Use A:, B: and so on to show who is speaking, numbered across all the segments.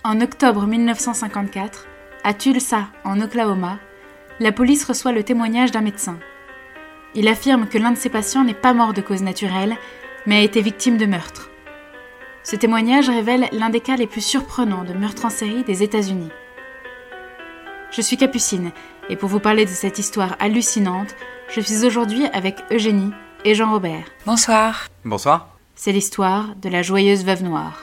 A: En octobre 1954, à Tulsa, en Oklahoma, la police reçoit le témoignage d'un médecin. Il affirme que l'un de ses patients n'est pas mort de cause naturelle, mais a été victime de meurtre. Ce témoignage révèle l'un des cas les plus surprenants de meurtre en série des États-Unis. Je suis Capucine, et pour vous parler de cette histoire hallucinante, je suis aujourd'hui avec Eugénie et Jean-Robert.
B: Bonsoir.
C: Bonsoir.
A: C'est l'histoire de la joyeuse veuve noire.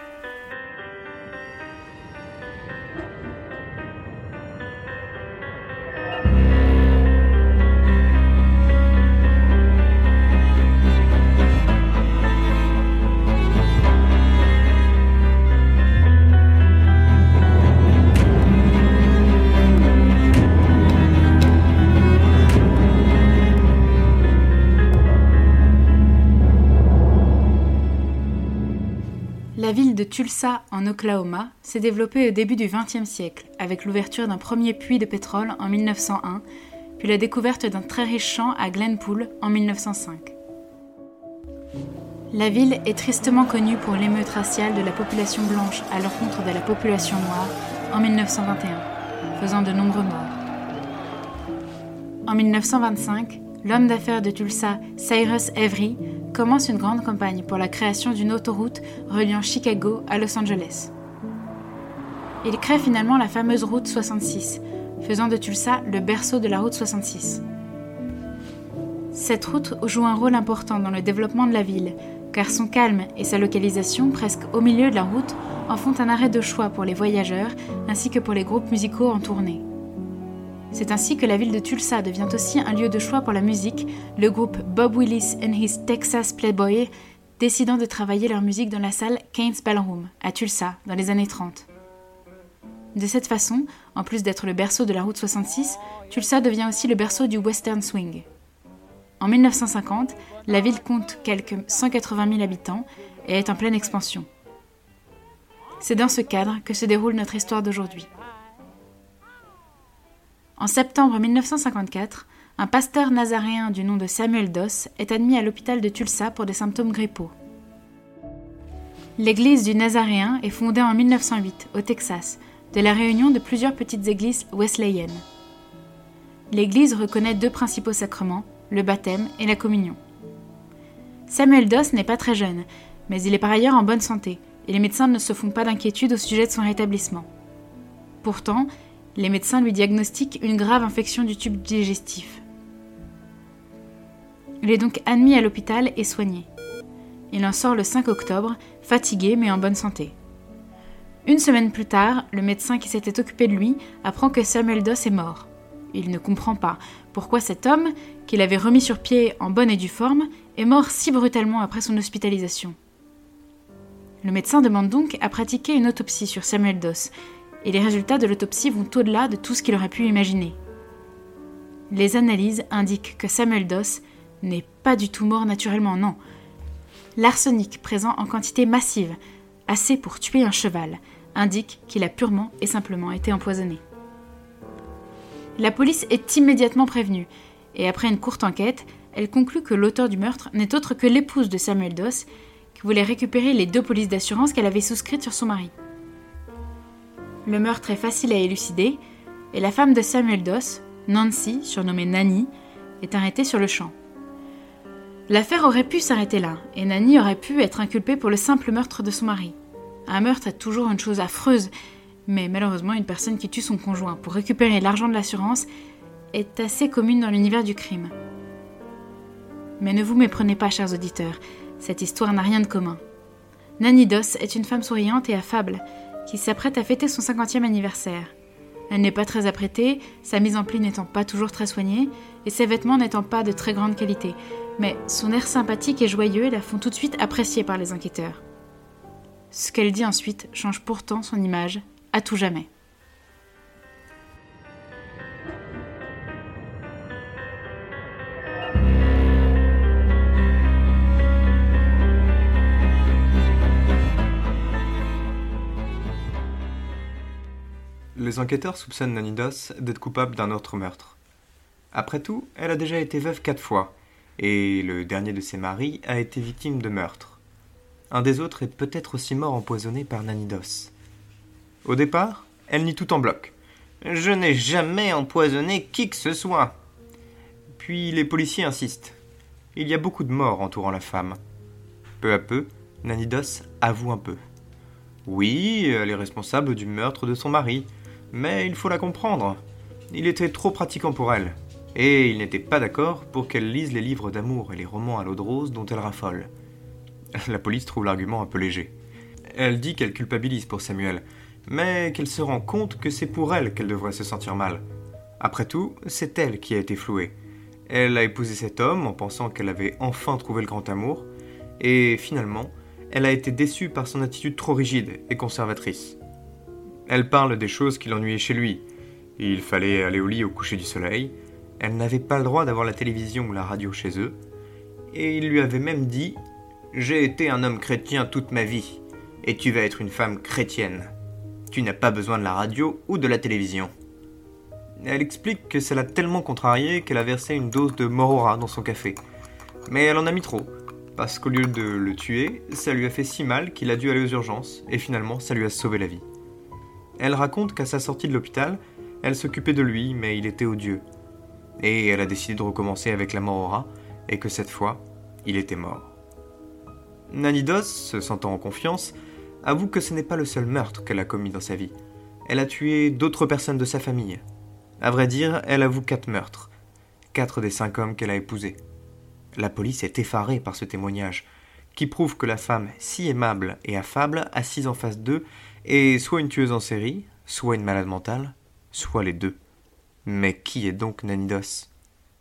A: La ville de Tulsa, en Oklahoma, s'est développée au début du XXe siècle, avec l'ouverture d'un premier puits de pétrole en 1901, puis la découverte d'un très riche champ à Glenpool en 1905. La ville est tristement connue pour l'émeute raciale de la population blanche à l'encontre de la population noire en 1921, faisant de nombreux morts. En 1925, l'homme d'affaires de Tulsa, Cyrus Avery, commence une grande campagne pour la création d'une autoroute reliant Chicago à Los Angeles. Il crée finalement la fameuse route 66, faisant de Tulsa le berceau de la route 66. Cette route joue un rôle important dans le développement de la ville, car son calme et sa localisation presque au milieu de la route en font un arrêt de choix pour les voyageurs ainsi que pour les groupes musicaux en tournée. C'est ainsi que la ville de Tulsa devient aussi un lieu de choix pour la musique, le groupe Bob Willis and His Texas Playboy décidant de travailler leur musique dans la salle Kane's Ballroom, à Tulsa, dans les années 30. De cette façon, en plus d'être le berceau de la route 66, Tulsa devient aussi le berceau du western swing. En 1950, la ville compte quelques 180 000 habitants et est en pleine expansion. C'est dans ce cadre que se déroule notre histoire d'aujourd'hui. En septembre 1954, un pasteur nazaréen du nom de Samuel Doss est admis à l'hôpital de Tulsa pour des symptômes grippaux. L'église du Nazaréen est fondée en 1908, au Texas, de la réunion de plusieurs petites églises wesleyennes. L'église reconnaît deux principaux sacrements, le baptême et la communion. Samuel Doss n'est pas très jeune, mais il est par ailleurs en bonne santé, et les médecins ne se font pas d'inquiétude au sujet de son rétablissement. Pourtant, les médecins lui diagnostiquent une grave infection du tube digestif. Il est donc admis à l'hôpital et soigné. Il en sort le 5 octobre, fatigué mais en bonne santé. Une semaine plus tard, le médecin qui s'était occupé de lui apprend que Samuel Doss est mort. Il ne comprend pas pourquoi cet homme, qu'il avait remis sur pied en bonne et due forme, est mort si brutalement après son hospitalisation. Le médecin demande donc à pratiquer une autopsie sur Samuel Doss, et les résultats de l'autopsie vont au-delà de tout ce qu'il aurait pu imaginer. Les analyses indiquent que Samuel Doss n'est pas du tout mort naturellement, non. L'arsenic présent en quantité massive, assez pour tuer un cheval, indique qu'il a purement et simplement été empoisonné. La police est immédiatement prévenue, et après une courte enquête, elle conclut que l'auteur du meurtre n'est autre que l'épouse de Samuel Doss, qui voulait récupérer les 2 polices d'assurance qu'elle avait souscrites sur son mari. Le meurtre est facile à élucider, et la femme de Samuel Doss, Nancy, surnommée Nanny, est arrêtée sur le champ. L'affaire aurait pu s'arrêter là, et Nanny aurait pu être inculpée pour le simple meurtre de son mari. Un meurtre est toujours une chose affreuse, mais malheureusement une personne qui tue son conjoint pour récupérer l'argent de l'assurance est assez commune dans l'univers du crime. Mais ne vous méprenez pas, chers auditeurs, cette histoire n'a rien de commun. Nanny Doss est une femme souriante et affable, qui s'apprête à fêter son 50e anniversaire. Elle n'est pas très apprêtée, sa mise en pli n'étant pas toujours très soignée, et ses vêtements n'étant pas de très grande qualité, mais son air sympathique et joyeux la font tout de suite apprécier par les enquêteurs. Ce qu'elle dit ensuite change pourtant son image à tout jamais.
C: Les enquêteurs soupçonnent Nanny Doss d'être coupable d'un autre meurtre. Après tout, elle a déjà été veuve 4 fois, et le dernier de ses maris a été victime de meurtre. Un des autres est peut-être aussi mort empoisonné par Nanny Doss. Au départ, elle nie tout en bloc. « Je n'ai jamais empoisonné qui que ce soit !» Puis les policiers insistent. Il y a beaucoup de morts entourant la femme. Peu à peu, Nanny Doss avoue un peu. Oui, elle est responsable du meurtre de son mari, mais il faut la comprendre. Il était trop pratiquant pour elle, et il n'était pas d'accord pour qu'elle lise les livres d'amour et les romans à l'eau de rose dont elle raffole. La police trouve l'argument un peu léger. Elle dit qu'elle culpabilise pour Samuel, mais qu'elle se rend compte que c'est pour elle qu'elle devrait se sentir mal. Après tout, c'est elle qui a été flouée. Elle a épousé cet homme en pensant qu'elle avait enfin trouvé le grand amour, et finalement, elle a été déçue par son attitude trop rigide et conservatrice. Elle parle des choses qui l'ennuyaient chez lui. Il fallait aller au lit au coucher du soleil, elle n'avait pas le droit d'avoir la télévision ou la radio chez eux, et il lui avait même dit « J'ai été un homme chrétien toute ma vie, et tu vas être une femme chrétienne. Tu n'as pas besoin de la radio ou de la télévision. » Elle explique que ça l'a tellement contrariée qu'elle a versé une dose de Morora dans son café. Mais elle en a mis trop, parce qu'au lieu de le tuer, ça lui a fait si mal qu'il a dû aller aux urgences, et finalement ça lui a sauvé la vie. Elle raconte qu'à sa sortie de l'hôpital, elle s'occupait de lui, mais il était odieux. Et elle a décidé de recommencer avec la Morora, et que cette fois, il était mort. Nanny Doss, se sentant en confiance, avoue que ce n'est pas le seul meurtre qu'elle a commis dans sa vie. Elle a tué d'autres personnes de sa famille. À vrai dire, elle avoue 4 meurtres. 4 des 5 hommes qu'elle a épousés. La police est effarée par ce témoignage, qui prouve que la femme si aimable et affable, assise en face d'eux, est soit une tueuse en série, soit une malade mentale, soit les deux. Mais qui est donc Nanny Doss ?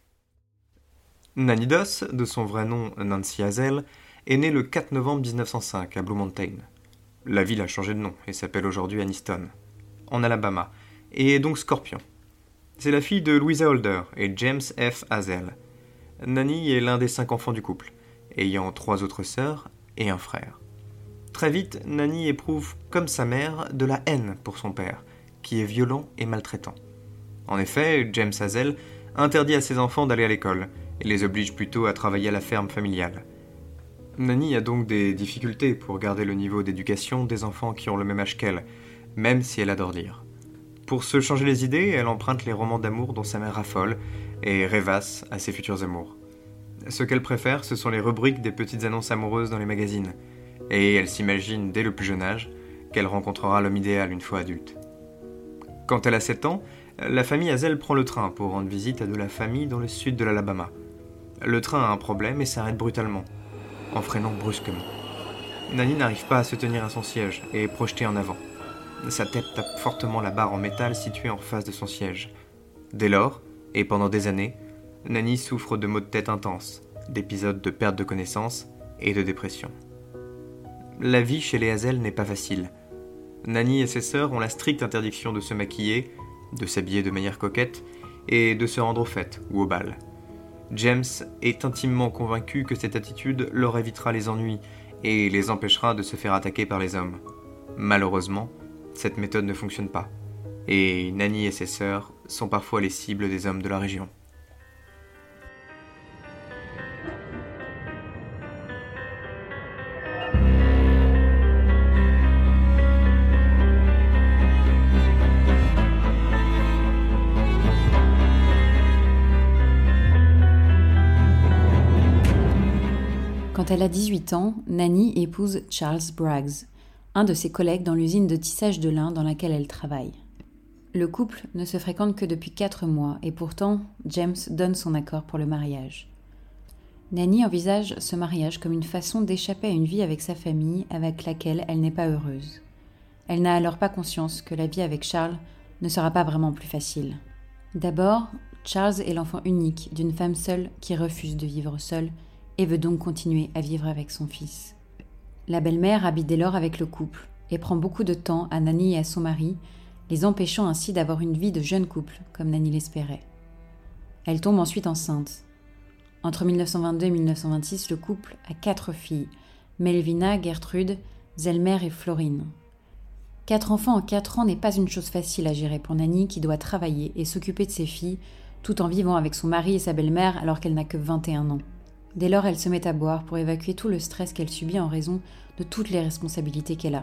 C: Nanny Doss, de son vrai nom Nancy Hazel, est née le 4 novembre 1905 à Blue Mountain. La ville a changé de nom et s'appelle aujourd'hui Anniston, en Alabama, et est donc Scorpion. C'est la fille de Louisa Holder et James F. Hazel. Nanny est l'un des 5 enfants du couple, ayant 3 autres sœurs et un frère. Très vite, Nanny éprouve, comme sa mère, de la haine pour son père, qui est violent et maltraitant. En effet, James Hazel interdit à ses enfants d'aller à l'école et les oblige plutôt à travailler à la ferme familiale. Nanny a donc des difficultés pour garder le niveau d'éducation des enfants qui ont le même âge qu'elle, même si elle adore lire. Pour se changer les idées, elle emprunte les romans d'amour dont sa mère raffole et rêvasse à ses futurs amours. Ce qu'elle préfère, ce sont les rubriques des petites annonces amoureuses dans les magazines, et elle s'imagine dès le plus jeune âge qu'elle rencontrera l'homme idéal une fois adulte. Quand elle a 7 ans, la famille Hazel prend le train pour rendre visite à de la famille dans le sud de l'Alabama. Le train a un problème et s'arrête brutalement, en freinant brusquement. Nanny n'arrive pas à se tenir à son siège et est projetée en avant. Sa tête tape fortement la barre en métal située en face de son siège. Dès lors, et pendant des années, Nanny souffre de maux de tête intenses, d'épisodes de perte de connaissance et de dépression. La vie chez les Hazel n'est pas facile. Nanny et ses sœurs ont la stricte interdiction de se maquiller, de s'habiller de manière coquette et de se rendre aux fêtes ou au bal. James est intimement convaincu que cette attitude leur évitera les ennuis et les empêchera de se faire attaquer par les hommes. Malheureusement, cette méthode ne fonctionne pas, et Nanny et ses sœurs sont parfois les cibles des hommes de la région.
B: Quand elle a 18 ans, Nanny épouse Charles Braggs, un de ses collègues dans l'usine de tissage de lin dans laquelle elle travaille. Le couple ne se fréquente que depuis 4 mois et pourtant, James donne son accord pour le mariage. Nanny envisage ce mariage comme une façon d'échapper à une vie avec sa famille avec laquelle elle n'est pas heureuse. Elle n'a alors pas conscience que la vie avec Charles ne sera pas vraiment plus facile. D'abord, Charles est l'enfant unique d'une femme seule qui refuse de vivre seule et veut donc continuer à vivre avec son fils. La belle-mère habite dès lors avec le couple et prend beaucoup de temps à Nanny et à son mari, les empêchant ainsi d'avoir une vie de jeune couple, comme Nanny l'espérait. Elle tombe ensuite enceinte. Entre 1922 et 1926, le couple a 4 filles, Melvina, Gertrude, Zelmer et Florine. 4 enfants en 4 ans n'est pas une chose facile à gérer pour Nanny qui doit travailler et s'occuper de ses filles, tout en vivant avec son mari et sa belle-mère alors qu'elle n'a que 21 ans. Dès lors, elle se met à boire pour évacuer tout le stress qu'elle subit en raison de toutes les responsabilités qu'elle a,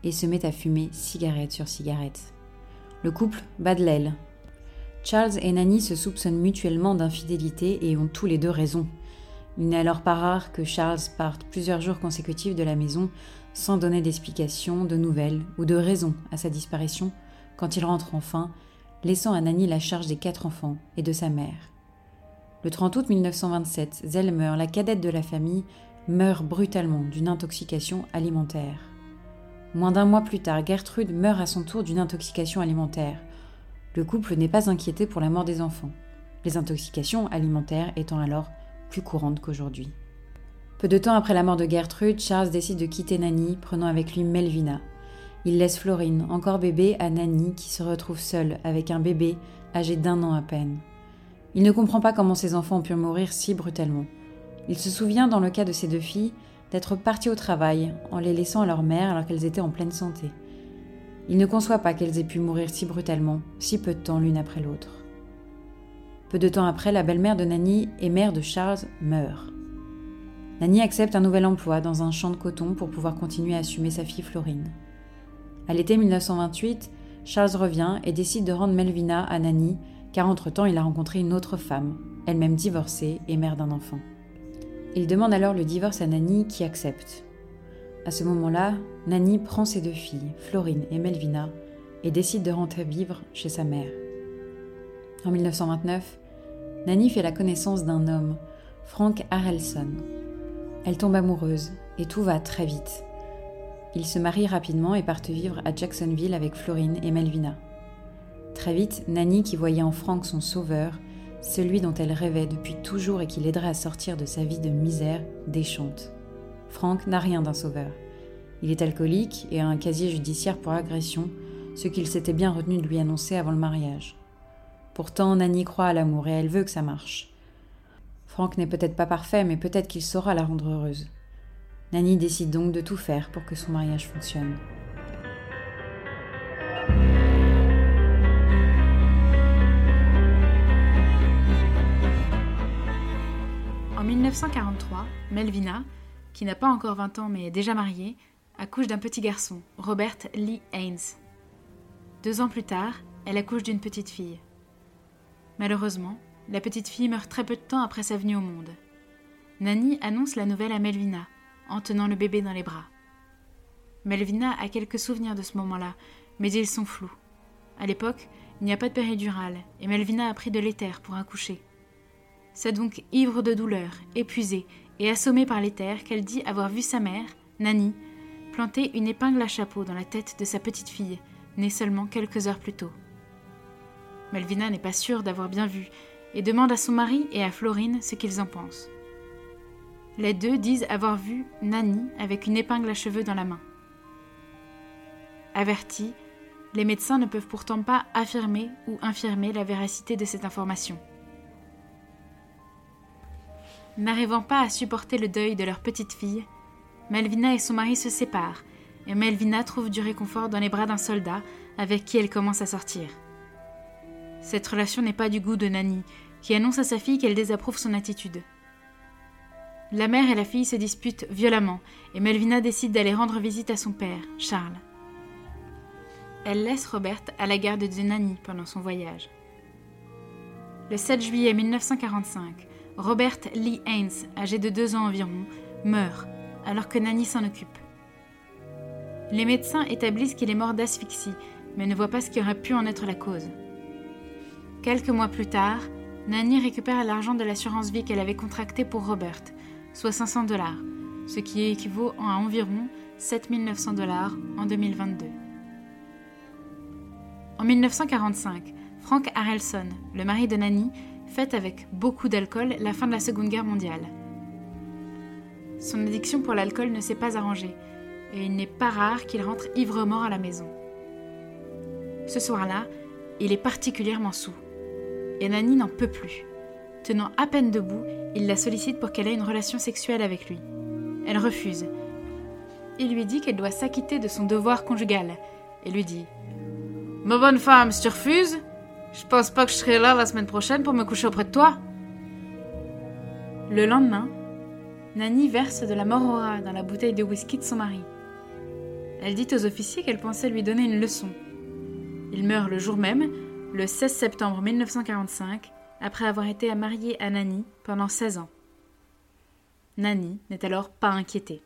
B: et se met à fumer cigarette sur cigarette. Le couple bat de l'aile. Charles et Nanny se soupçonnent mutuellement d'infidélité et ont tous les deux raison. Il n'est alors pas rare que Charles parte plusieurs jours consécutifs de la maison sans donner d'explication, de nouvelles ou de raison à sa disparition quand il rentre enfin, laissant à Nanny la charge des 4 enfants et de sa mère. Le 30 août 1927, Zelmer, la cadette de la famille, meurt brutalement d'une intoxication alimentaire. Moins d'1 mois plus tard, Gertrude meurt à son tour d'une intoxication alimentaire. Le couple n'est pas inquiété pour la mort des enfants, les intoxications alimentaires étant alors plus courantes qu'aujourd'hui. Peu de temps après la mort de Gertrude, Charles décide de quitter Nanny, prenant avec lui Melvina. Il laisse Florine, encore bébé, à Nanny, qui se retrouve seule avec un bébé âgé d'1 an à peine. Il ne comprend pas comment ses enfants ont pu mourir si brutalement. Il se souvient, dans le cas de ses 2 filles, d'être partis au travail en les laissant à leur mère alors qu'elles étaient en pleine santé. Il ne conçoit pas qu'elles aient pu mourir si brutalement, si peu de temps l'une après l'autre. Peu de temps après, la belle-mère de Nanny et mère de Charles meurt. Nanny accepte un nouvel emploi dans un champ de coton pour pouvoir continuer à assumer sa fille Florine. À l'été 1928, Charles revient et décide de rendre Melvina à Nanny, car entre-temps il a rencontré une autre femme, elle-même divorcée et mère d'un enfant. Il demande alors le divorce à Nanny qui accepte. À ce moment-là, Nanny prend ses 2 filles, Florine et Melvina, et décide de rentrer vivre chez sa mère. En 1929, Nanny fait la connaissance d'un homme, Frank Harrelson. Elle tombe amoureuse et tout va très vite. Ils se marient rapidement et partent vivre à Jacksonville avec Florine et Melvina. Très vite, Nanny, qui voyait en Frank son sauveur, celui dont elle rêvait depuis toujours et qui l'aiderait à sortir de sa vie de misère, déchante. Frank n'a rien d'un sauveur. Il est alcoolique et a un casier judiciaire pour agression, ce qu'il s'était bien retenu de lui annoncer avant le mariage. Pourtant, Nanny croit à l'amour et elle veut que ça marche. Frank n'est peut-être pas parfait, mais peut-être qu'il saura la rendre heureuse. Nanny décide donc de tout faire pour que son mariage fonctionne.
A: En 1943, Melvina, qui n'a pas encore 20 ans mais est déjà mariée, accouche d'un petit garçon, Robert Lee Haynes. 2 ans plus tard, elle accouche d'une petite fille. Malheureusement, la petite fille meurt très peu de temps après sa venue au monde. Nanny annonce la nouvelle à Melvina, en tenant le bébé dans les bras. Melvina a quelques souvenirs de ce moment-là, mais ils sont flous. À l'époque, il n'y a pas de péridurale, et Melvina a pris de l'éther pour accoucher. C'est donc ivre de douleur, épuisée et assommée par l'éther qu'elle dit avoir vu sa mère, Nanny, planter une épingle à chapeau dans la tête de sa petite fille, née seulement quelques heures plus tôt. Melvina n'est pas sûre d'avoir bien vu et demande à son mari et à Florine ce qu'ils en pensent. Les 2 disent avoir vu Nanny avec une épingle à cheveux dans la main. Avertis, les médecins ne peuvent pourtant pas affirmer ou infirmer la véracité de cette information. N'arrivant pas à supporter le deuil de leur petite fille, Melvina et son mari se séparent et Melvina trouve du réconfort dans les bras d'un soldat avec qui elle commence à sortir. Cette relation n'est pas du goût de Nanny, qui annonce à sa fille qu'elle désapprouve son attitude. La mère et la fille se disputent violemment et Melvina décide d'aller rendre visite à son père, Charles. Elle laisse Robert à la garde de Nanny pendant son voyage. Le 7 juillet 1945, Robert Lee Haynes, âgé de 2 ans environ, meurt alors que Nanny s'en occupe. Les médecins établissent qu'il est mort d'asphyxie, mais ne voient pas ce qui aurait pu en être la cause. Quelques mois plus tard, Nanny récupère l'argent de l'assurance vie qu'elle avait contracté pour Robert, soit $500, ce qui équivaut à environ $7 900 en 2022. En 1945, Frank Harrelson, le mari de Nanny, fête avec beaucoup d'alcool la fin de la Seconde Guerre mondiale. Son addiction pour l'alcool ne s'est pas arrangée, et il n'est pas rare qu'il rentre ivre-mort à la maison. Ce soir-là, il est particulièrement saoul, et Nanny n'en peut plus. Tenant à peine debout, il la sollicite pour qu'elle ait une relation sexuelle avec lui. Elle refuse. Il lui dit qu'elle doit s'acquitter de son devoir conjugal, et lui dit « Ma bonne femme, si tu refuses, je pense pas que je serai là la semaine prochaine pour me coucher auprès de toi. » Le lendemain, Nanny verse de la morora dans la bouteille de whisky de son mari. Elle dit aux officiers qu'elle pensait lui donner une leçon. Il meurt le jour même, le 16 septembre 1945, après avoir été marié à Nanny pendant 16 ans. Nanny n'est alors pas inquiétée.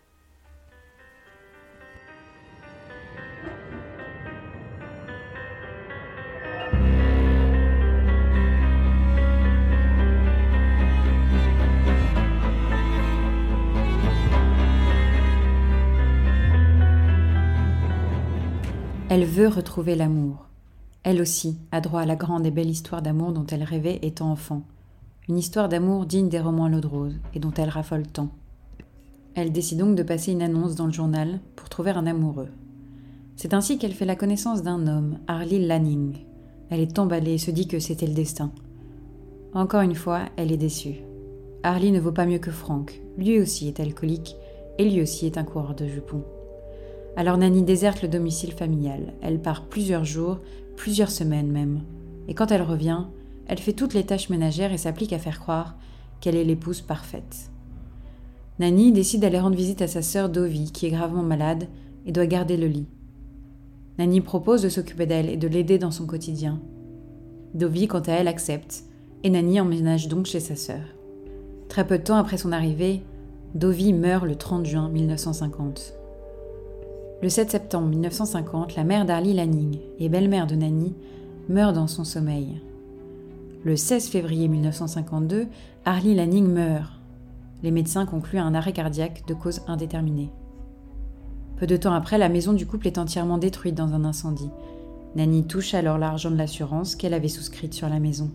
B: Elle veut retrouver l'amour. Elle aussi a droit à la grande et belle histoire d'amour dont elle rêvait étant enfant. Une histoire d'amour digne des romans l'eau de rose et dont elle raffole tant. Elle décide donc de passer une annonce dans le journal pour trouver un amoureux. C'est ainsi qu'elle fait la connaissance d'un homme, Arlie Lanning. Elle est emballée et se dit que c'était le destin. Encore une fois, elle est déçue. Arlie ne vaut pas mieux que Frank. Lui aussi est alcoolique et lui aussi est un coureur de jupons. Alors Nanny déserte le domicile familial. Elle part plusieurs jours, plusieurs semaines même. Et quand elle revient, elle fait toutes les tâches ménagères et s'applique à faire croire qu'elle est l'épouse parfaite. Nanny décide d'aller rendre visite à sa sœur Dovie, qui est gravement malade et doit garder le lit. Nanny propose de s'occuper d'elle et de l'aider dans son quotidien. Dovie, quant à elle, accepte, et Nanny emménage donc chez sa sœur. Très peu de temps après son arrivée, Dovie meurt le 30 juin 1950. Le 7 septembre 1950, la mère d'Arlie Lanning et belle-mère de Nanny meurt dans son sommeil. Le 16 février 1952, Arlie Lanning meurt. Les médecins concluent à un arrêt cardiaque de cause indéterminée. Peu de temps après, la maison du couple est entièrement détruite dans un incendie. Nanny touche alors l'argent de l'assurance qu'elle avait souscrite sur la maison.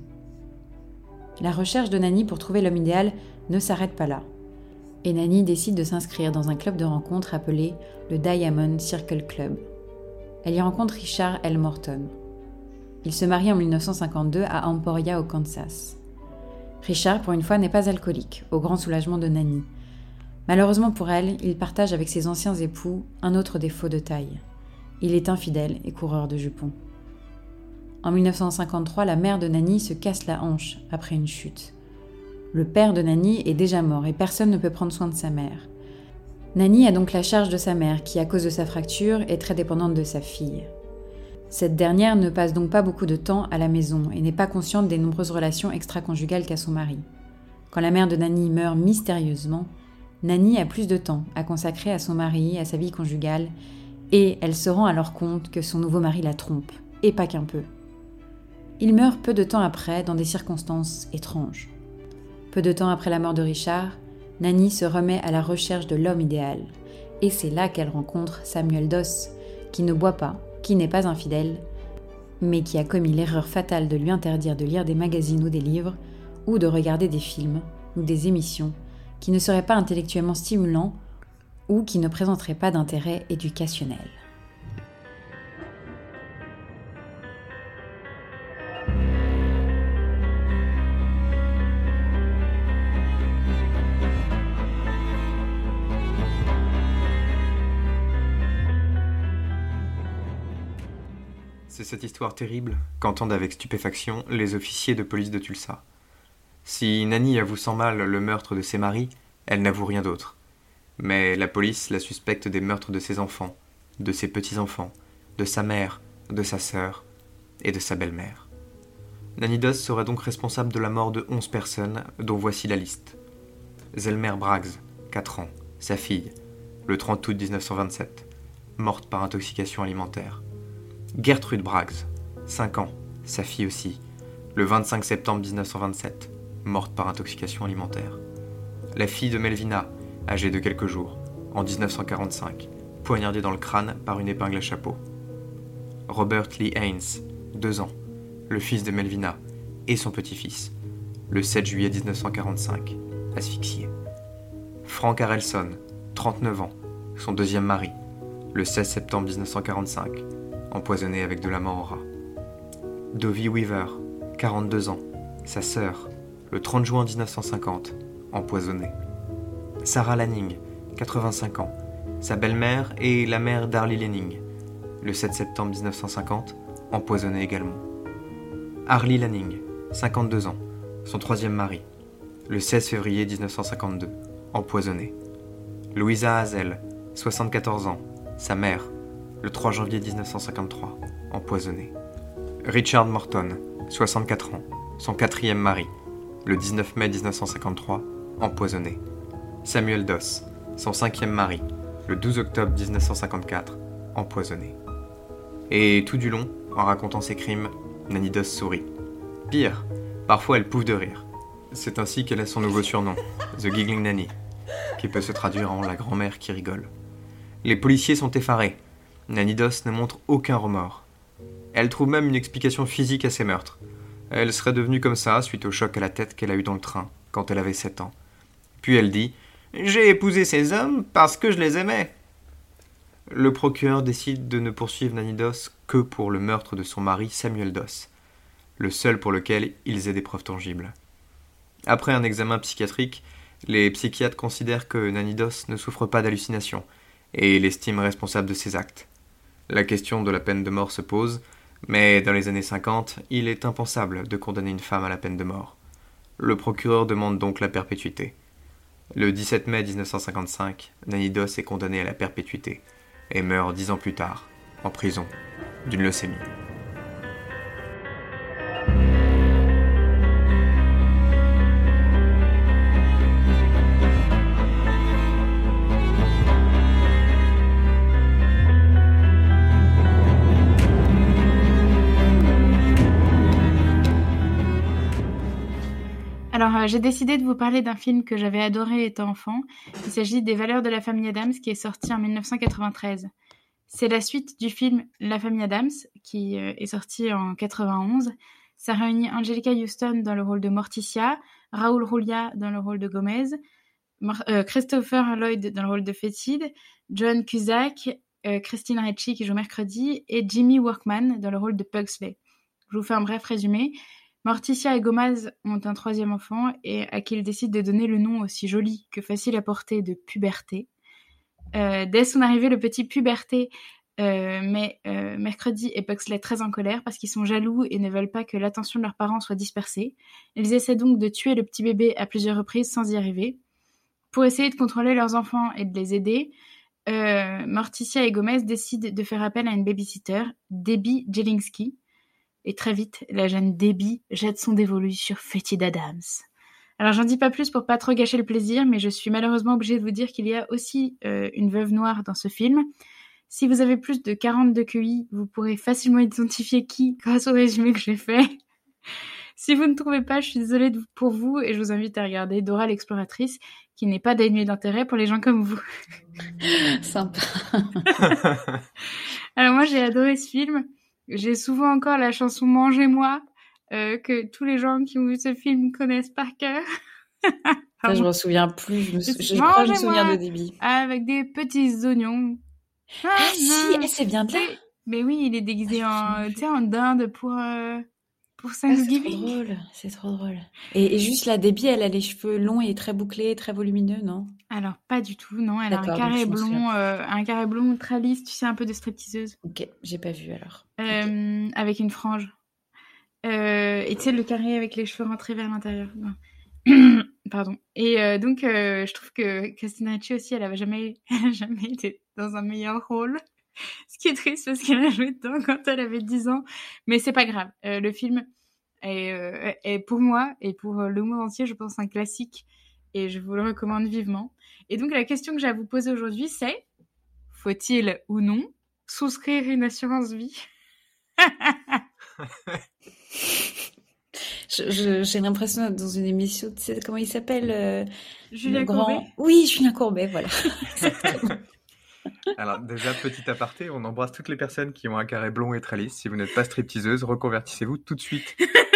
B: La recherche de Nanny pour trouver l'homme idéal ne s'arrête pas là. Et Nanny décide de s'inscrire dans un club de rencontres appelé le Diamond Circle Club. Elle y rencontre Richard L. Morton. Ils se marient en 1952 à Emporia au Kansas. Richard, pour une fois, n'est pas alcoolique, au grand soulagement de Nanny. Malheureusement pour elle, il partage avec ses anciens époux un autre défaut de taille. Il est infidèle et coureur de jupons. En 1953, la mère de Nanny se casse la hanche après une chute. Le père de Nanny est déjà mort et personne ne peut prendre soin de sa mère. Nanny a donc la charge de sa mère qui, à cause de sa fracture, est très dépendante de sa fille. Cette dernière ne passe donc pas beaucoup de temps à la maison et n'est pas consciente des nombreuses relations extra-conjugales qu'a son mari. Quand la mère de Nanny meurt mystérieusement, Nanny a plus de temps à consacrer à son mari, à sa vie conjugale, et elle se rend alors compte que son nouveau mari la trompe, et pas qu'un peu. Il meurt peu de temps après dans des circonstances étranges. Peu de temps après la mort de Richard, Nanny se remet à la recherche de l'homme idéal. Et c'est là qu'elle rencontre Samuel Doss, qui ne boit pas, qui n'est pas infidèle, mais qui a commis l'erreur fatale de lui interdire de lire des magazines ou des livres, ou de regarder des films ou des émissions qui ne seraient pas intellectuellement stimulants ou qui ne présenteraient pas d'intérêt éducationnel.
C: C'est cette histoire terrible qu'entendent avec stupéfaction les officiers de police de Tulsa. Si Nanny avoue sans mal le meurtre de ses maris, elle n'avoue rien d'autre. Mais la police la suspecte des meurtres de ses enfants, de ses petits-enfants, de sa mère, de sa sœur et de sa belle-mère. Nanny Doss serait donc responsable de la mort de 11 personnes, dont voici la liste. Zelmer Braggs, 4 ans, sa fille, le 30 août 1927, morte par intoxication alimentaire. Gertrude Braggs, 5 ans, sa fille aussi, le 25 septembre 1927, morte par intoxication alimentaire. La fille de Melvina, âgée de quelques jours, en 1945, poignardée dans le crâne par une épingle à chapeau. Robert Lee Haynes, 2 ans, le fils de Melvina, et son petit-fils, le 7 juillet 1945, asphyxié. Frank Harrelson, 39 ans, son deuxième mari, le 16 septembre 1945, empoisonné avec de l'amande. Dovie Weaver, 42 ans, sa sœur, le 30 juin 1950, empoisonnée. Sarah Lanning, 85 ans, sa belle-mère et la mère d'Arlie Lanning, le 7 septembre 1950, empoisonnée également. Arlie Lanning, 52 ans, son troisième mari, le 16 février 1952, empoisonnée. Louisa Hazel, 74 ans, sa mère, le 3 janvier 1953, empoisonné. Richard Morton, 64 ans, son 4e mari, le 19 mai 1953, empoisonné. Samuel Doss, son 5e mari, le 12 octobre 1954, empoisonné. Et tout du long, en racontant ses crimes, Nanny Doss sourit. Pire, parfois elle pouffe de rire. C'est ainsi qu'elle a son nouveau surnom, The Giggling Nanny, qui peut se traduire en la grand-mère qui rigole. Les policiers sont effarés. Nanny Doss ne montre aucun remords. Elle trouve même une explication physique à ses meurtres. Elle serait devenue comme ça suite au choc à la tête qu'elle a eu dans le train, quand elle avait 7 ans. Puis elle dit « J'ai épousé ces hommes parce que je les aimais ». Le procureur décide de ne poursuivre Nanny Doss que pour le meurtre de son mari Samuel Doss, le seul pour lequel ils aient des preuves tangibles. Après un examen psychiatrique, les psychiatres considèrent que Nanny Doss ne souffre pas d'hallucinations et l'estiment responsable de ses actes. La question de la peine de mort se pose, mais dans les années 50, il est impensable de condamner une femme à la peine de mort. Le procureur demande donc la perpétuité. Le 17 mai 1955, Nanny Doss est condamnée à la perpétuité et meurt 10 ans plus tard, en prison, d'une leucémie.
A: Alors, j'ai décidé de vous parler d'un film que j'avais adoré étant enfant. Il s'agit des Valeurs de la famille Addams, qui est sorti en 1993. C'est la suite du film La famille Addams, qui est sorti en 91. Ça réunit Angelica Houston dans le rôle de Morticia, Raúl Juliá dans le rôle de Gomez, Christopher Lloyd dans le rôle de Fétide, John Cusack, Christine Ricci qui joue Mercredi, et Jimmy Workman dans le rôle de Pugsley. Je vous fais un bref résumé. Morticia et Gomez ont un 3e enfant et à qui ils décident de donner le nom aussi joli que facile à porter de Puberté. Dès son arrivée, le petit Puberté met Mercredi et Pugsley très en colère parce qu'ils sont jaloux et ne veulent pas que l'attention de leurs parents soit dispersée. Ils essaient donc de tuer le petit bébé à plusieurs reprises sans y arriver. Pour essayer de contrôler leurs enfants et de les aider, Morticia et Gomez décident de faire appel à une babysitter, Debbie Jelinski. Et très vite, la jeune Debbie jette son dévolu sur Fétide Addams. Alors j'en dis pas plus pour pas trop gâcher le plaisir, mais je suis malheureusement obligée de vous dire qu'il y a aussi une veuve noire dans ce film. Si vous avez plus de 40 de QI, vous pourrez facilement identifier qui grâce au résumé que j'ai fait. Si vous ne trouvez pas, je suis désolée pour vous et je vous invite à regarder Dora l'exploratrice, qui n'est pas dénuée d'intérêt pour les gens comme vous.
B: Sympa.
A: Alors moi j'ai adoré ce film. J'ai souvent encore la chanson Mangez-moi que tous les gens qui ont vu ce film connaissent par cœur.
B: Ça, je m'en souviens plus. Je crois me souvenir de Debbie.
A: Avec des petits oignons.
B: Si, c'est bien de là.
A: Mais oui, il est déguisé en dinde pour Thanksgiving.
B: C'est trop drôle. Et juste la Debbie, elle a les cheveux longs et très bouclés, très volumineux, non?
A: Alors, pas du tout, non. Elle a un carré blond très lisse, tu sais, un peu de stripteaseuse.
B: Ok, j'ai pas vu alors.
A: Avec une frange. Et tu sais, le carré avec les cheveux rentrés vers l'intérieur. Pardon. Et donc, je trouve que Christine Ricci aussi, elle avait jamais été dans un meilleur rôle. Ce qui est triste parce qu'elle a joué dedans quand elle avait 10 ans. Mais c'est pas grave. Le film est pour moi et pour le monde entier, je pense, un classique. Et je vous le recommande vivement. Et donc, la question que j'ai à vous poser aujourd'hui, c'est faut-il ou non souscrire une assurance vie?
B: J'ai l'impression d'être dans une émission, tu sais comment il s'appelle
A: Julien Courbet.
B: Oui, Julien Courbet, voilà.
C: Alors déjà, petit aparté, on embrasse toutes les personnes qui ont un carré blond et très lisse. Si vous n'êtes pas stripteaseuse, reconvertissez-vous tout de suite.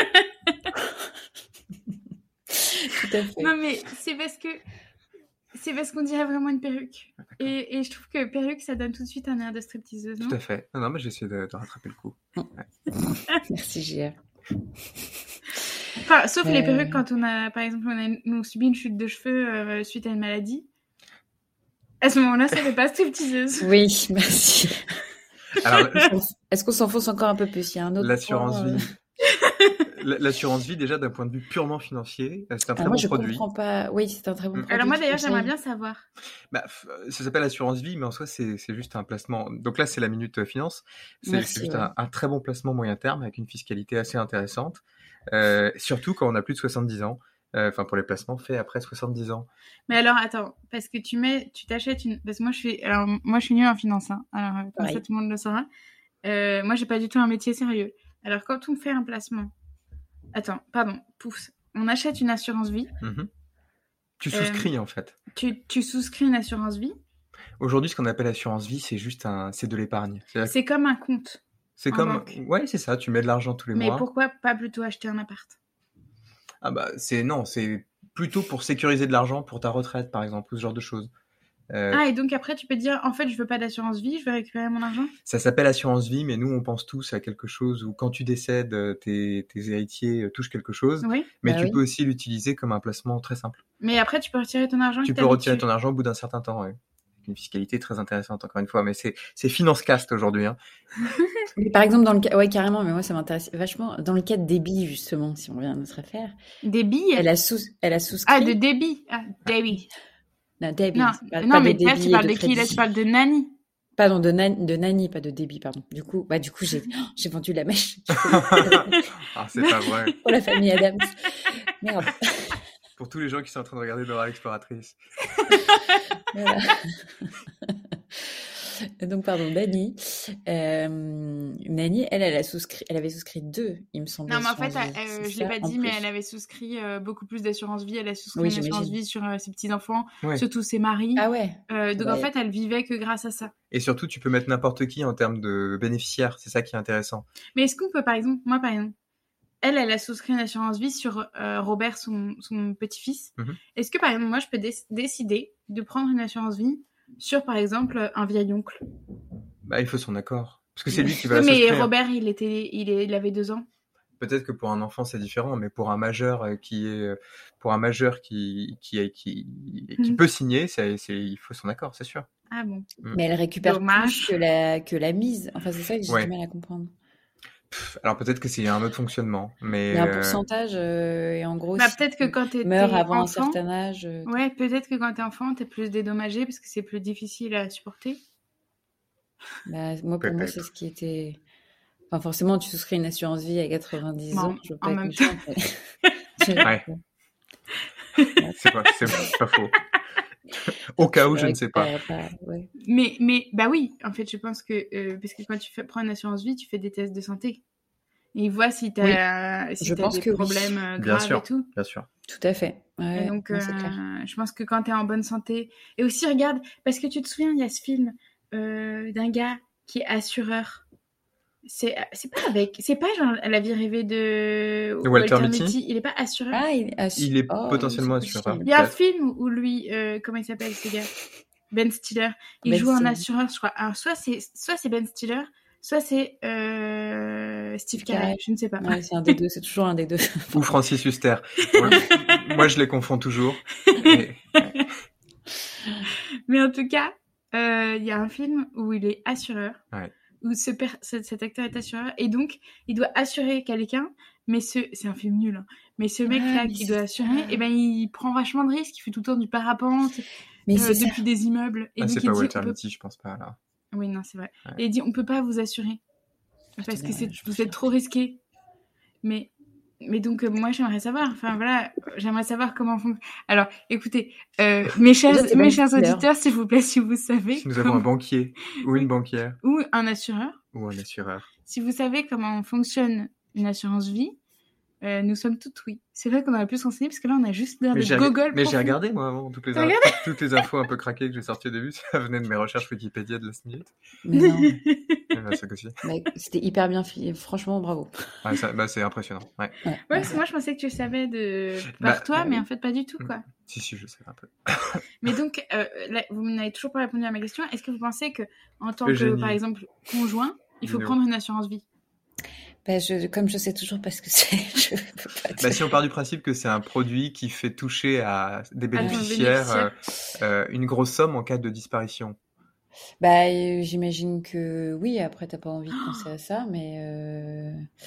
B: Tout à fait.
A: Non mais c'est parce qu'on dirait vraiment une perruque. Et je trouve que perruque, ça donne tout de suite un air de stripteaseuse, non?
C: Tout à fait. Non, mais j'essaie de rattraper le coup. Ouais.
B: Merci, J.R.
A: Enfin, sauf les perruques quand par exemple, on a subi une chute de cheveux suite à une maladie. À ce moment-là, ça fait pas stripteaseuse.
B: Oui, merci.
C: Alors,
B: est-ce qu'on s'enfonce encore un peu plus? Il y a un autre
C: l'assurance
B: point,
C: vie. l'assurance vie, déjà, d'un point de vue purement financier, c'est un très
B: Alors moi,
C: bon
B: je
C: produit.
B: comprends pas. Oui, c'est un très bon produit.
A: Alors moi
B: tu
A: d'ailleurs, j'aimerais
B: conseilles
A: bien savoir.
C: Ça s'appelle assurance vie, mais en soi, c'est juste un placement. Donc là, c'est la minute finance. C'est
B: Merci,
C: juste
B: ouais.
C: un très bon placement moyen terme avec une fiscalité assez intéressante. Surtout quand on a plus de 70 ans. Enfin, pour les placements faits après 70 ans.
A: Mais alors attends, parce que tu t'achètes une. Parce que moi je suis nulle en finance, hein. Alors comme
B: Pareil.
A: ça tout le monde le saura. Moi j'ai pas du tout un métier sérieux. Alors quand on fait un placement, attends, pardon, pouf, on achète une assurance vie.
C: Mhm. Tu souscris en fait.
A: Tu souscris une assurance vie.
C: Aujourd'hui, ce qu'on appelle assurance vie, c'est c'est de l'épargne. C'est-à-dire
A: C'est comme un compte.
C: C'est
A: en
C: comme,
A: banque.
C: ouais, c'est ça. Tu mets de l'argent tous les
A: Mais
C: mois.
A: pourquoi pas plutôt acheter un appart?
C: Ah bah non, c'est plutôt pour sécuriser de l'argent pour ta retraite, par exemple, ou ce genre de choses.
A: Ah, et donc après tu peux te dire en fait je veux pas d'assurance vie, je vais récupérer mon argent.
C: Ça s'appelle assurance vie, mais nous on pense tous à quelque chose où quand tu décèdes, tes héritiers touchent quelque chose.
A: Oui.
C: Mais
B: Bah
C: tu
B: oui.
C: peux aussi l'utiliser comme un placement très simple.
A: Mais après tu peux retirer ton argent.
C: Tu
A: que
C: peux
A: t'avais
C: retirer
A: dessus.
C: ton argent au bout d'un certain temps, ouais. Une fiscalité très intéressante, encore une fois. Mais c'est Financecast aujourd'hui, hein.
B: Mais par exemple, dans le cas, ouais, carrément, mais moi, ça m'intéresse vachement. Dans le cas de débit, justement, si on revient à notre affaire,
A: Des billes.
B: elle a souscrit.
A: Ah, de débit. Ah, débit.
B: Non, débit.
A: Non,
B: Pas
A: non,
B: de
A: mais là
B: débit
A: tu
B: et
A: parles
B: de
A: de qui? Là
B: crédit.
A: tu parles de Nani.
B: Pardon, de Nani, pas de débit, pardon. Du coup, j'ai vendu la mèche.
C: Ah, c'est pas vrai.
B: Pour la famille Adams. Merde.
C: Pour tous les gens qui sont en train de regarder Dora l'exploratrice.
B: Voilà. Donc, pardon, Nani. Nani, elle avait souscrit 2, il me semble.
A: Non, mais en fait,
B: assurances vie. C'est
A: je l'ai
B: ça,
A: pas
B: en
A: dit, mais
B: plus.
A: elle avait souscrit beaucoup plus d'assurance vie. Elle a souscrit
B: Oui,
A: une assurance
B: j'imagine.
A: vie sur ses petits-enfants,
C: Ouais.
A: surtout ses maris.
B: Ah ouais.
A: Donc en fait, elle vivait que grâce à ça.
C: Et surtout, tu peux mettre n'importe qui en termes de bénéficiaires. C'est ça qui est intéressant.
A: Mais est-ce qu'on peut, par exemple, elle a souscrit une assurance vie sur Robert, son petit-fils.
C: Mhm.
A: Est-ce que, par exemple, moi, je peux décider de prendre une assurance vie sur, par exemple, un vieil oncle?
C: Bah, il faut son accord. Parce que c'est lui qui va
A: Oui,
C: la
A: mais
C: souscrire.
A: Robert, il avait 2 ans.
C: Peut-être que pour un enfant c'est différent, mais pour un majeur pour un majeur qui peut signer, il faut son accord, c'est sûr.
A: Ah bon.
B: Mais elle récupère
A: Dommage.
B: plus que la mise. Enfin, c'est ça que j'ai
C: Ouais.
B: du mal à comprendre.
C: Alors peut-être que c'est un autre fonctionnement, mais
B: Il y a un pourcentage, et en gros,
A: Bah,
B: si
A: peut-être que quand t'es
B: meurs avant
A: enfant,
B: un certain âge.
A: ouais, peut-être que quand t'es enfant, t'es plus dédommagé parce que c'est plus difficile à supporter.
B: Bah, moi, pour moi,
C: Peut-être.
B: c'est ce qui était. Enfin, forcément, tu souscris une assurance vie à 90
A: Non,
B: ans. Je veux pas
A: en
B: être
A: même
B: méchante, mais-
C: Ouais. C'est pas faux. Au cas où, je ne sais pas.
B: Ouais.
A: Mais bah oui, en fait, je pense que parce que quand prends une assurance vie, tu fais des tests de santé. Et ils voient si t'as
B: je pense
A: des
B: que oui.
A: problèmes
C: Bien
A: graves
C: sûr.
A: et tout.
C: Bien sûr.
B: Tout à fait. Ouais,
A: Et donc,
B: non, c'est clair.
A: je pense que quand t'es en bonne santé... Et aussi, regarde, parce que tu te souviens, il y a ce film d'un gars qui est assureur. C'est pas genre La vie rêvée de
C: Walter Mitty.
A: Il est pas assureur.
B: Ah,
C: Il est potentiellement
B: c'est
C: assureur.
A: Il y a un
C: peut-être.
A: film où lui, comment il s'appelle ce gars? Ben Stiller. Il
B: Ben
A: joue un
B: Stiller.
A: assureur, je crois. Alors, soit c'est Ben Stiller, soit c'est Steve Carell, je ne sais pas.
B: Ouais, c'est un des deux, c'est toujours un des deux.
C: Ou Francis Huster. Moi, je les confonds toujours.
A: Mais en tout cas, il y a un film où il est assureur,
C: Ouais.
A: où cet acteur est assureur, et donc il doit assurer quelqu'un, mais c'est un film nul, hein. Mais ce mec-là
B: mais
A: qui
B: c'est
A: doit assurer,
B: ça.
A: et ben il prend vachement de risques, il fait tout le temps du parapente,
B: Mais c'est ça.
A: depuis des immeubles. Et donc
C: C'est
A: il
C: pas
A: dit,
C: Walter
A: on peut...
C: Mitty, je pense pas, là.
A: Oui, non, c'est vrai.
C: Ouais.
A: Et il dit, on peut pas vous assurer, parce que vous êtes trop risqué. Mais donc, moi, j'aimerais savoir, comment fonctionne. Alors, écoutez, mes chers auditeurs, s'il vous plaît, si vous savez...
C: Si nous avons un banquier ou une banquière.
A: Ou un assureur.
C: Ou un assureur.
A: Si vous savez comment fonctionne une assurance vie, nous sommes toutes oui. C'est vrai qu'on aurait pu se renseigner, parce que là, on a juste l'air de Google.
C: Mais j'ai regardé, moi, avant, toutes les infos un peu craquées que j'ai sorties au début, ça venait de mes recherches Wikipédia de last minute.
B: Mais non.
C: Ça aussi.
B: C'était hyper bien fait. Franchement, bravo.
C: Ouais, c'est impressionnant. Ouais.
A: Ouais, parce que moi, je pensais que tu savais par toi, mais en fait, pas du tout, quoi.
C: Si, je sais un peu.
A: Mais donc, là, vous n'avez toujours pas répondu à ma question. Est-ce que vous pensez que, en tant que, par exemple, conjoint, il faut prendre une assurance vie?
B: Comme je sais toujours pas ce que c'est, je peux pas dire.
C: Si on part du principe que c'est un produit qui fait toucher à des bénéficiaires une grosse somme en cas de disparition.
B: J'imagine que oui, après t'as pas envie de penser à ça, mais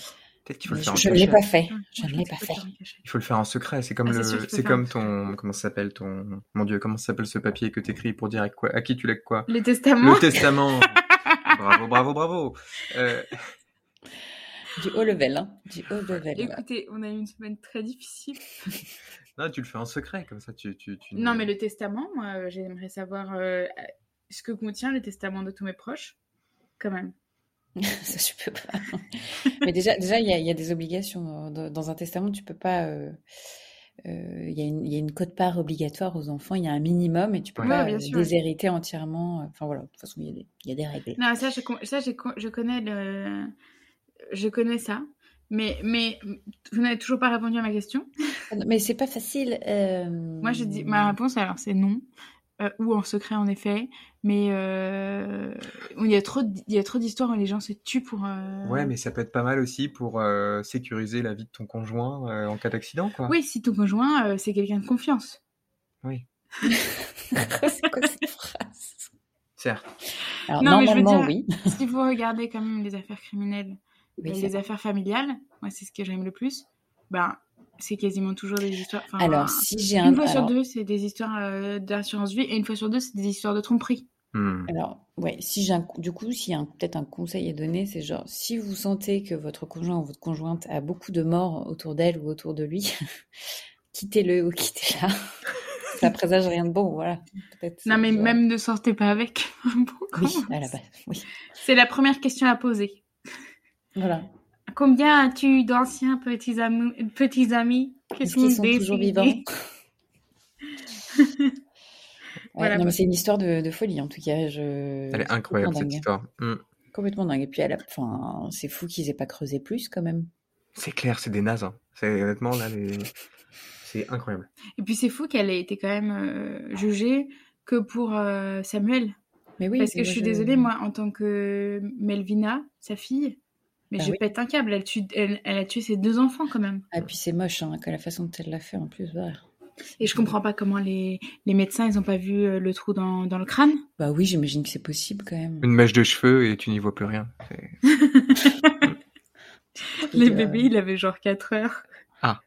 C: Peut-être qu'il faut
B: Mais
C: le faire en
B: je ne l'ai
C: cachette.
B: pas fait.
A: Ouais,
B: Je
A: moi,
B: ne
A: je
B: l'ai
A: pense
B: pas
A: qu'il faut le
B: fait.
A: faire en cachette.
C: Il faut le faire en secret. C'est comme
A: Ah, c'est sûr qu'il faut le faire
C: comme
A: en secret.
C: comment ça s'appelle ton, mon Dieu, comment ça s'appelle ce papier que t'écris pour dire à qui tu lègues quoi?
A: Le testament.
C: Le testament. Bravo. Euh,
B: Du haut level, hein. Du haut level. Là.
A: Écoutez, on a eu une semaine très difficile.
C: non, tu le fais en secret, comme ça tu
A: Non, mais le testament, moi, j'aimerais savoir ce que contient le testament de tous mes proches, quand même.
B: Ça, je peux pas. Mais déjà, il y a des obligations. Dans un testament, tu peux pas. Il y a une quote-part obligatoire aux enfants. Il y a un minimum et tu peux
C: Ouais.
B: pas
A: Ouais, bien sûr.
B: déshériter entièrement. Enfin voilà. De toute façon, il y a des règles.
A: Non, ça, je connais je connais ça. Mais vous n'avez toujours pas répondu à ma question.
B: Mais c'est pas facile.
A: Moi, je dis ma réponse, alors, c'est non. Ou en secret, en effet. Mais il y a trop d'histoires où les gens se tuent pour...
C: Ouais, mais ça peut être pas mal aussi pour sécuriser la vie de ton conjoint en cas d'accident, quoi.
A: Oui, si ton conjoint, c'est quelqu'un de confiance.
C: Oui,
B: C'est quoi cette phrase?
C: certes.
B: Alors,
A: Non, mais je veux
B: normalement,
A: dire,
B: oui.
A: si vous regardez quand même les affaires criminelles
B: Oui,
A: et
B: c'est
A: les
B: vrai.
A: affaires familiales, moi, c'est ce que j'aime le plus, ben, c'est quasiment toujours des histoires... Enfin,
B: Alors, si j'ai
A: une fois sur
B: alors,
A: deux, c'est des histoires d'assurance vie, et une fois sur deux, c'est des histoires de tromperie.
B: ouais, si j'ai du coup, s'il y a peut-être un conseil à donner, c'est genre, si vous sentez que votre conjoint ou votre conjointe a beaucoup de morts autour d'elle ou autour de lui, quittez-le ou quittez-la. Ça présage rien de bon, voilà. Peut-être.
A: Non, mais
B: genre-
A: même ne sortez pas avec. Bon,
B: Oui,
A: comment
B: à la base, oui.
A: C'est la première question à poser.
B: Voilà.
A: Combien as-tu d'anciens petits amis qui
B: Est-ce qu'ils sont toujours
A: décédés?
B: vivants? Ouais,
A: Voilà,
B: non, mais
A: bah.
B: c'est une histoire de folie, en tout cas.
C: Elle est
B: C'est
C: incroyable,
B: complètement
C: cette
B: dingue.
C: histoire.
B: Complètement dingue. Et puis, enfin, c'est fou qu'ils aient pas creusé plus, quand même.
C: C'est clair, c'est des nazes. Hein. Honnêtement, là, c'est incroyable.
A: Et puis c'est fou qu'elle ait été quand même jugée que pour Samuel.
B: Mais oui,
A: Parce que
B: mais
A: je
B: moi,
A: suis désolée, moi, en tant que Melvina, sa fille, mais
B: Bah
A: je
B: oui.
A: pète un câble. Elle a tué ses 2 enfants quand même.
B: Ah, puis c'est moche, hein, que la façon dont elle l'a fait, en plus. Voilà.
A: Et je comprends pas comment les médecins, ils ont pas vu le trou dans le crâne.
B: Bah oui, j'imagine que c'est possible, quand même.
C: Une mèche de cheveux et tu n'y vois plus rien.
A: Les bébés, il avait genre 4 heures.
C: Ah.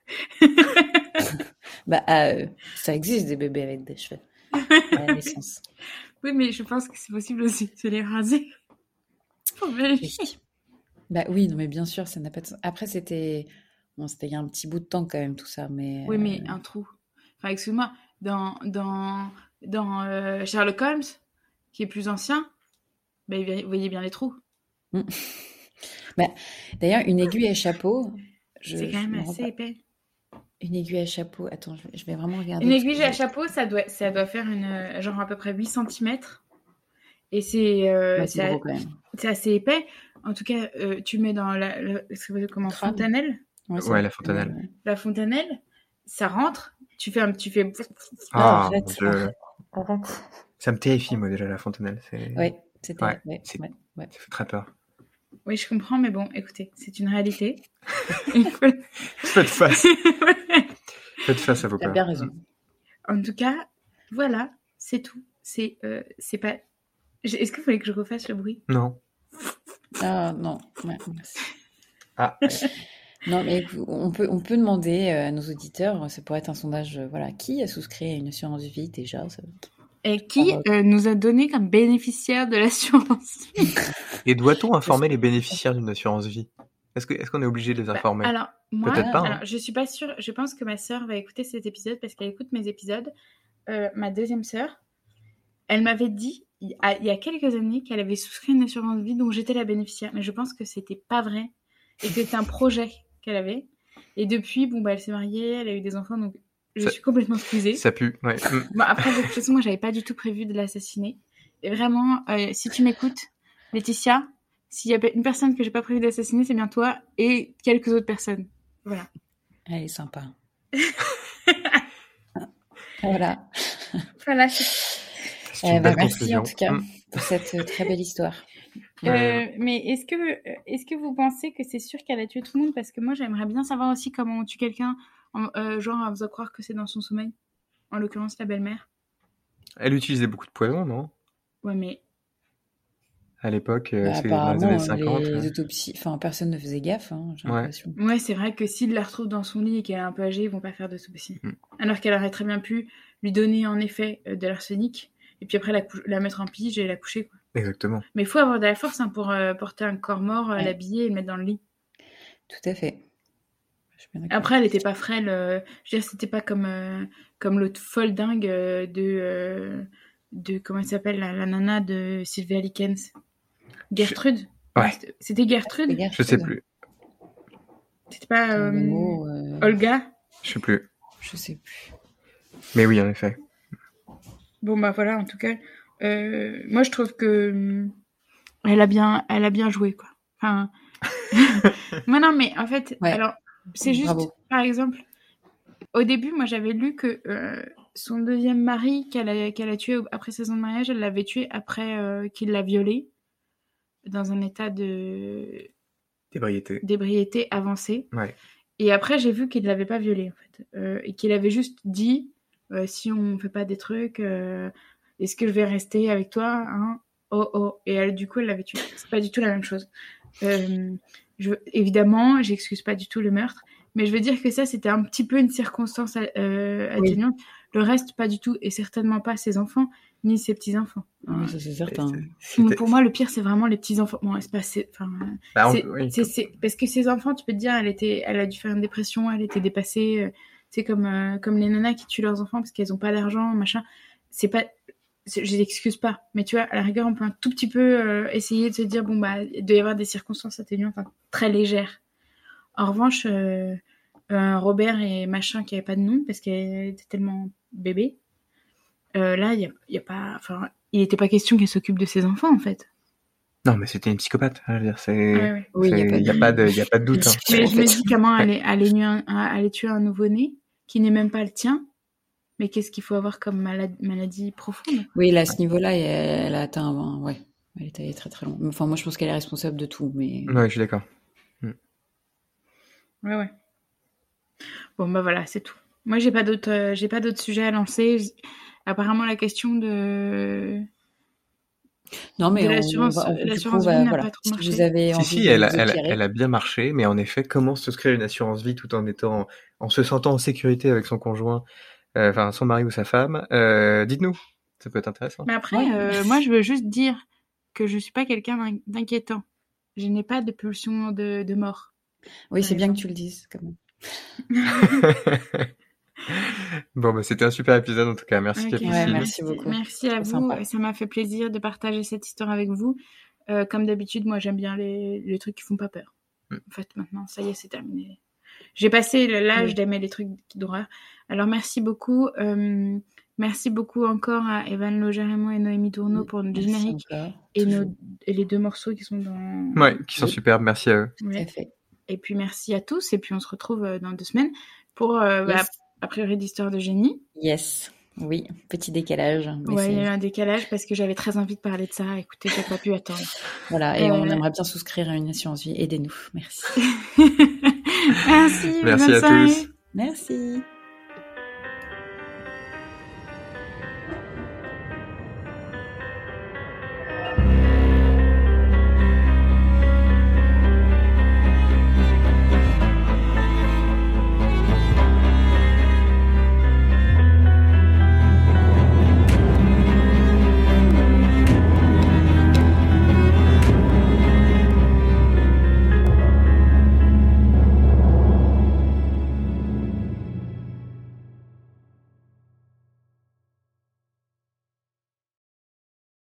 B: Bah, ça existe, des bébés avec des cheveux. À la naissance.
A: Oui, mais je pense que c'est possible aussi de se les raser. Pour vérifier.
B: Oui. Bah oui, non, mais bien sûr, ça n'a pas de sens. Après, c'était il y a un petit bout de temps, quand même, tout ça, mais...
A: Oui, mais un trou. Enfin, excuse-moi, dans Sherlock Holmes, qui est plus ancien, bah, vous voyez bien les trous.
B: Bah, d'ailleurs, une aiguille à chapeau...
A: C'est quand même assez épais.
B: Une aiguille à chapeau... Attends, je vais vraiment regarder.
A: Une aiguille à chapeau, ça doit faire genre à peu près 8 cm. Et c'est
B: Ouais, c'est gros, quand même.
A: c'est assez épais. En tout cas, tu mets dans comment,
B: Crâne.
A: fontanelle.
C: Ouais, la fontanelle.
B: Ouais.
A: La fontanelle, ça rentre. Tu fais
C: Ah,
B: arrête,
C: mon Dieu.
B: arrête.
C: Ça me terrifie, moi, déjà, la fontanelle.
B: Ouais, c'était...
C: Ouais,
B: Ouais,
C: c'est-
B: ouais, ouais.
C: Ça fait très peur.
A: Oui, je comprends, mais bon, écoutez, c'est une réalité. Il faut-
C: Faites face. Faites face à vos
B: T'as
C: peurs.
B: bien raison.
A: En tout cas, voilà, c'est tout. C'est pas. Est-ce qu'il fallait que je refasse le bruit?
C: Non.
B: Ah, non. Ouais.
C: Ah.
B: Non, mais on peut demander à nos auditeurs, ça pourrait être un sondage, voilà, qui a souscrit à une assurance vie déjà
A: Et qui nous a donné comme bénéficiaire de l'assurance vie?
C: Et doit-on informer les bénéficiaires d'une assurance vie? Est-ce qu'on est obligé de les informer?
A: Alors, moi,
C: Peut-être pas, hein.
A: alors, je suis pas sûre. Je pense que ma sœur va écouter cet épisode parce qu'elle écoute mes épisodes. Ma deuxième sœur, elle m'avait dit il y a quelques années qu'elle avait souscrit une assurance vie dont j'étais la bénéficiaire. Mais je pense que c'était pas vrai et que c'était un projet qu'elle avait. Et depuis, bon, bah, elle s'est mariée, elle a eu des enfants, donc je suis complètement excusée.
C: Ça pue, ouais.
A: Bon, après, de toute façon, moi, j'avais pas du tout prévu de l'assassiner. Et vraiment, si tu m'écoutes, Laetitia, s'il y a une personne que j'ai pas prévu d'assassiner, c'est bien toi et quelques autres personnes. Voilà.
B: Elle est sympa. Voilà.
A: Voilà.
C: C'est une belle
B: Merci
C: conclusion.
B: en tout cas pour cette très belle histoire.
A: Mais est-ce que vous pensez que c'est sûr qu'elle a tué tout le monde? Parce que moi, j'aimerais bien savoir aussi comment on tue quelqu'un, genre en faisant croire que c'est dans son sommeil. En l'occurrence, la belle-mère.
C: Elle utilisait beaucoup de poison, non?
A: Ouais, mais
C: à l'époque, c'est dans les
B: Apparemment,
C: années 50.
B: les autopsies, enfin, personne ne faisait gaffe, hein, j'ai
C: Ouais.
B: l'impression.
A: Ouais, c'est vrai que s'ils la retrouvent dans son lit et qu'elle est un peu âgée, ils vont pas faire d'autopsie. Alors qu'elle aurait très bien pu lui donner en effet de l'arsenic et puis après la mettre en pige et la coucher, quoi.
C: Exactement.
A: Mais il faut avoir de la force pour porter un corps mort,
B: Ouais.
A: l'habiller et le mettre dans le lit.
B: Tout à fait. Je suis bien d'accord.
A: Après, elle était pas frêle. Je veux dire, c'était pas comme l'autre folle dingue de comment elle s'appelle, la nana de Sylvia Likens. Gertrude.
C: Ouais.
A: C'était Gertrude.
B: Les gars,
C: Je sais plus.
A: C'était pas
B: le mot,
A: Olga.
C: Je sais plus.
B: je sais plus.
C: Mais oui, en effet.
A: Bon bah voilà, en tout cas, moi je trouve que elle a bien joué, quoi. Enfin, moi non, mais en fait,
B: Ouais.
A: alors c'est juste,
B: Bravo.
A: par exemple, au début, moi j'avais lu que son deuxième mari qu'elle a tué après 16 ans de mariage, elle l'avait tué après qu'il l'a violée dans un état de d'ébriété avancée.
C: Ouais.
A: Et après, j'ai vu qu'il ne l'avait pas violée, en fait. Et qu'il avait juste dit, si on ne fait pas des trucs, est-ce que je vais rester avec toi, hein? Oh. Et elle, du coup, elle l'avait tué. C'est pas du tout la même chose. Évidemment, j'excuse pas du tout le meurtre, mais je veux dire que ça, c'était un petit peu une circonstance atténuante. Oui. Le reste, pas du tout. Et certainement pas ses enfants, ni ses petits-enfants.
B: Oui, ça, c'est certain.
A: Pour moi, le pire, c'est vraiment les petits-enfants. Bon, c'est pas... oui. Parce que ces enfants, tu peux te dire, elle a dû faire une dépression, elle était dépassée. C'est comme les nanas qui tuent leurs enfants parce qu'elles ont pas d'argent, machin. C'est pas... Je les excuse pas. Mais tu vois, à la rigueur, on peut un tout petit peu essayer de se dire, bon, bah, il doit y avoir des circonstances atténuantes, très légères. En revanche, Robert et machin qui avait pas de nom parce qu'elle était tellement bébé, là, il y a pas... Enfin, il n'était pas question qu'elle s'occupe de ses enfants, en fait.
C: Non, mais c'était une psychopathe. Je veux dire,
A: ouais.
B: Oui,
C: il y a pas de doute. Hein.
A: Mais je me dis comment aller tuer un nouveau-né qui n'est même pas le tien. Mais qu'est-ce qu'il faut avoir comme maladie profonde?
B: Oui, là, à ce niveau-là, elle a atteint... Ouais, elle est allée très très loin. Enfin, moi, je pense qu'elle est responsable de tout, mais...
C: Ouais, je suis d'accord.
A: Ouais. Bon, bah voilà, c'est tout. Moi, j'ai pas d'autres sujets à lancer. Apparemment, la question de...
B: Non, mais
A: l'assurance vie n'a pas trop marché.
B: Vous avez
C: si, elle a bien marché, mais en effet, comment souscrire une assurance vie tout en se sentant en sécurité avec son conjoint, son mari ou sa femme, dites-nous, ça peut être intéressant.
A: Mais après, moi, je veux juste dire que je suis pas quelqu'un d'inquiétant. Je n'ai pas de pulsion de mort.
B: Oui, c'est bien que tu le dises, quand même.
C: Bon, bah, c'était un super épisode en tout cas. Merci,
A: okay.
C: Capucine.
A: Merci beaucoup. Merci à vous. Sympa. Ça m'a fait plaisir de partager cette histoire avec vous. Comme d'habitude, moi, j'aime bien les trucs qui font pas peur. En fait, maintenant, ça y est, c'est terminé. J'ai passé l'âge d'aimer les trucs d'horreur. Alors, merci beaucoup. Merci beaucoup encore à Evan Logeremo et Noémie Tourneau pour notre générique et les 2 morceaux qui sont dans...
C: Ouais, qui sont superbes. Merci à eux.
A: Ouais. Et puis, merci à tous. Et puis, on se retrouve dans 2 semaines pour... a priori d'histoire de génie.
B: Yes. Oui, petit décalage.
A: Ouais, il y a eu un décalage parce que j'avais très envie de parler de ça. Écoutez, j'ai pas pu attendre.
B: Voilà, et on aimerait bien souscrire à une assurance vie. Aidez-nous. Merci.
A: Merci.
C: Merci à tous.
B: Merci.